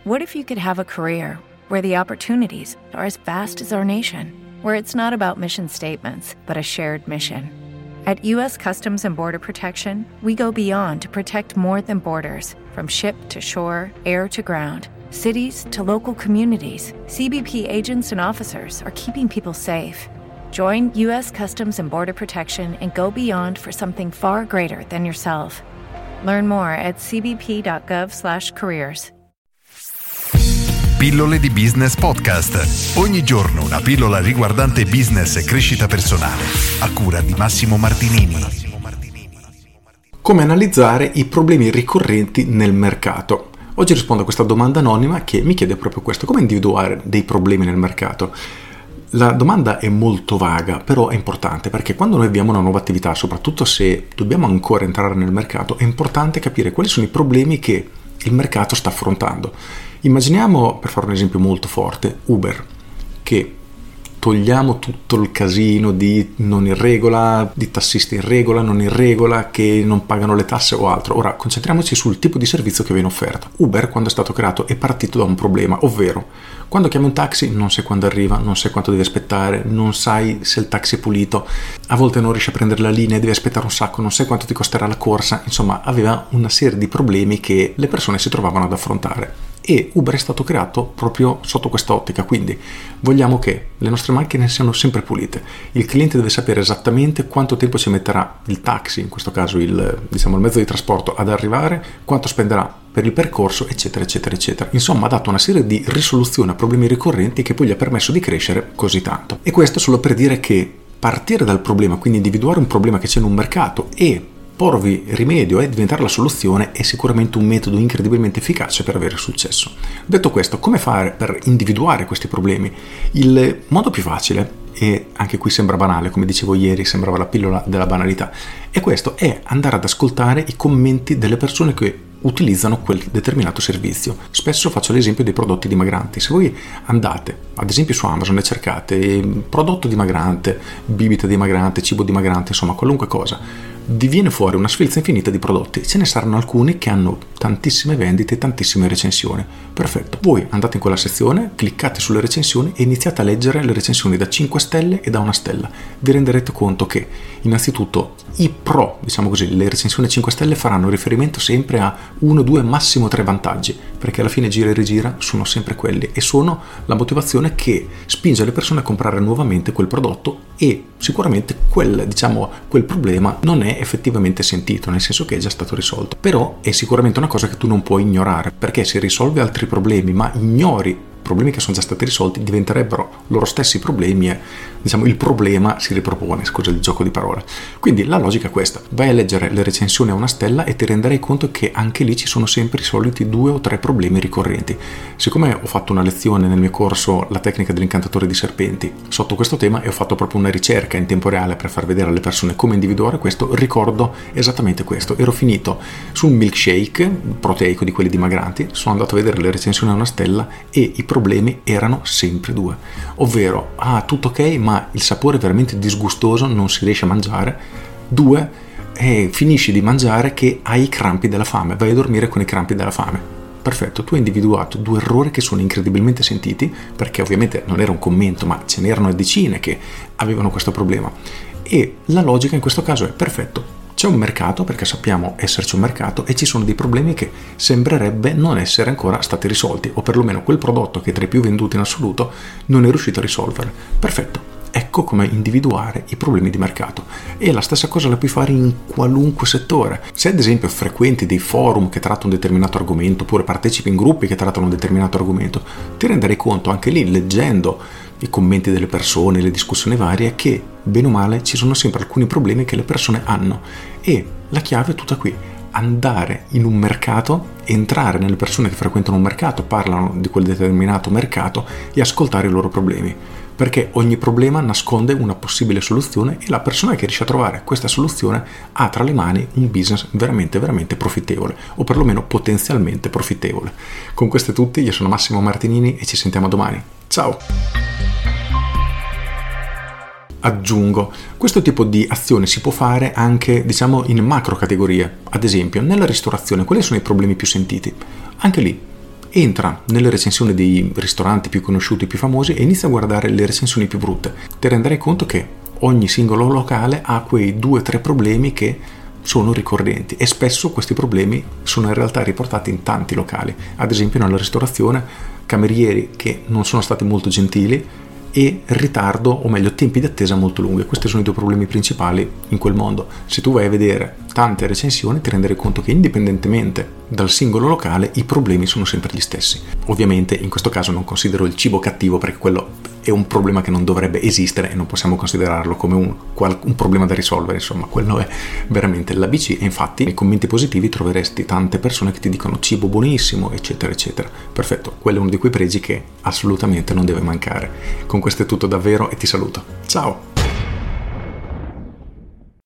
What if you could have a career where the opportunities are as vast as our nation, where it's not about mission statements, but a shared mission? At U.S. Customs and Border Protection, we go beyond to protect more than borders. From ship to shore, air to ground, cities to local communities, CBP agents and officers are keeping people safe. Join U.S. Customs and Border Protection and go beyond for something far greater than yourself. Learn more at cbp.gov/careers. Pillole di Business Podcast. Ogni giorno una pillola riguardante business e crescita personale. A cura di Massimo Martinini. Come analizzare i problemi ricorrenti nel mercato? Oggi rispondo a questa domanda anonima che mi chiede proprio questo: come individuare dei problemi nel mercato? La domanda è molto vaga, però è importante, perché quando noi abbiamo una nuova attività, soprattutto se dobbiamo ancora entrare nel mercato, è importante capire quali sono i problemi che il mercato sta affrontando. Immaginiamo, per fare un esempio molto forte, Uber, che togliamo tutto il casino di non in regola, di tassisti in regola, non in regola, che non pagano le tasse o altro. Ora concentriamoci sul tipo di servizio che viene offerto. Uber, quando è stato creato, è partito da un problema, ovvero quando chiami un taxi non sai quando arriva, non sai quanto devi aspettare, non sai se il taxi è pulito, a volte non riesci a prendere la linea, devi aspettare un sacco, non sai quanto ti costerà la corsa. Insomma, aveva una serie di problemi che le persone si trovavano ad affrontare. E Uber è stato creato proprio sotto questa ottica, quindi vogliamo che le nostre macchine siano sempre pulite. Il cliente deve sapere esattamente quanto tempo ci metterà il taxi, in questo caso il mezzo di trasporto, ad arrivare, quanto spenderà per il percorso, eccetera, eccetera, eccetera. Insomma, ha dato una serie di risoluzioni a problemi ricorrenti che poi gli ha permesso di crescere così tanto. E questo solo per dire che partire dal problema, quindi individuare un problema che c'è in un mercato e porvi rimedio e diventare la soluzione, è sicuramente un metodo incredibilmente efficace per avere successo. Detto questo, come fare per individuare questi problemi? Il modo più facile, e anche qui sembra banale, come dicevo ieri, sembrava la pillola della banalità, e questo è andare ad ascoltare i commenti delle persone che utilizzano quel determinato servizio. Spesso faccio l'esempio dei prodotti dimagranti. Se voi andate ad esempio su Amazon e cercate prodotto dimagrante, bibita dimagrante, cibo dimagrante, insomma qualunque cosa, vi viene fuori una sfilza infinita di prodotti. Ce ne saranno alcuni che hanno tantissime vendite e tantissime recensioni. Perfetto, voi andate in quella sezione, cliccate sulle recensioni e iniziate a leggere le recensioni da 5 stelle e da 1 stella. Vi renderete conto che innanzitutto i pro, diciamo così, le recensioni 5 stelle faranno riferimento sempre a 1, 2, massimo 3 vantaggi, perché alla fine gira e rigira sono sempre quelli e sono la motivazione che spinge le persone a comprare nuovamente quel prodotto. E sicuramente quel problema non è effettivamente sentito, nel senso che è già stato risolto, però è sicuramente una cosa che tu non puoi ignorare, perché se risolvi altri problemi ma ignori problemi che sono già stati risolti, diventerebbero loro stessi problemi e il problema si ripropone, scusa il gioco di parole. Quindi la logica è questa: vai a leggere le recensioni a 1 stella e ti renderai conto che anche lì ci sono sempre i soliti 2 o 3 problemi ricorrenti. Siccome ho fatto una lezione nel mio corso La tecnica dell'incantatore di serpenti sotto questo tema e ho fatto proprio una ricerca in tempo reale per far vedere alle persone come individuare questo, ricordo esattamente questo. Ero finito su un milkshake proteico di quelli dimagranti, sono andato a vedere le recensioni a 1 stella e i problemi erano sempre 2, ovvero tutto ok ma il sapore è veramente disgustoso, non si riesce a mangiare. 2, finisci di mangiare che hai i crampi della fame, vai a dormire con i crampi della fame. Perfetto, tu hai individuato 2 errori che sono incredibilmente sentiti, perché ovviamente non era un commento ma ce n'erano decine che avevano questo problema, e la logica in questo caso è: perfetto, c'è un mercato, perché sappiamo esserci un mercato, e ci sono dei problemi che sembrerebbe non essere ancora stati risolti, o perlomeno quel prodotto che è tra i più venduti in assoluto non è riuscito a risolvere. Perfetto, ecco come individuare i problemi di mercato. E la stessa cosa la puoi fare in qualunque settore. Se ad esempio frequenti dei forum che trattano un determinato argomento, oppure partecipi in gruppi che trattano un determinato argomento, ti renderai conto anche lì, leggendo i commenti delle persone, le discussioni varie, che bene o male ci sono sempre alcuni problemi che le persone hanno. E la chiave è tutta qui: andare in un mercato, entrare nelle persone che frequentano un mercato, parlano di quel determinato mercato, e ascoltare i loro problemi, perché ogni problema nasconde una possibile soluzione e la persona che riesce a trovare questa soluzione ha tra le mani un business veramente veramente profittevole, o perlomeno potenzialmente profittevole. Con questo è tutto, io sono Massimo Martinini e ci sentiamo domani. Ciao! Aggiungo, questo tipo di azione si può fare anche, in macro categorie. Ad esempio, nella ristorazione, quali sono i problemi più sentiti? Anche lì, entra nelle recensioni dei ristoranti più conosciuti, più famosi, e inizia a guardare le recensioni più brutte. Ti renderai conto che ogni singolo locale ha quei 2-3 problemi che sono ricorrenti, e spesso questi problemi sono in realtà riportati in tanti locali. Ad esempio nella ristorazione, camerieri che non sono stati molto gentili e ritardo, o meglio tempi di attesa molto lunghi. Questi sono i 2 problemi principali in quel mondo. Se tu vai a vedere tante recensioni ti renderai conto che indipendentemente dal singolo locale i problemi sono sempre gli stessi. Ovviamente in questo caso non considero il cibo cattivo, perché quello è un problema che non dovrebbe esistere e non possiamo considerarlo come un problema da risolvere. Insomma, quello è veramente l'ABC, e infatti nei commenti positivi troveresti tante persone che ti dicono cibo buonissimo, eccetera eccetera. Perfetto, quello è uno di quei pregi che assolutamente non deve mancare. Con questo è tutto davvero, e ti saluto. Ciao!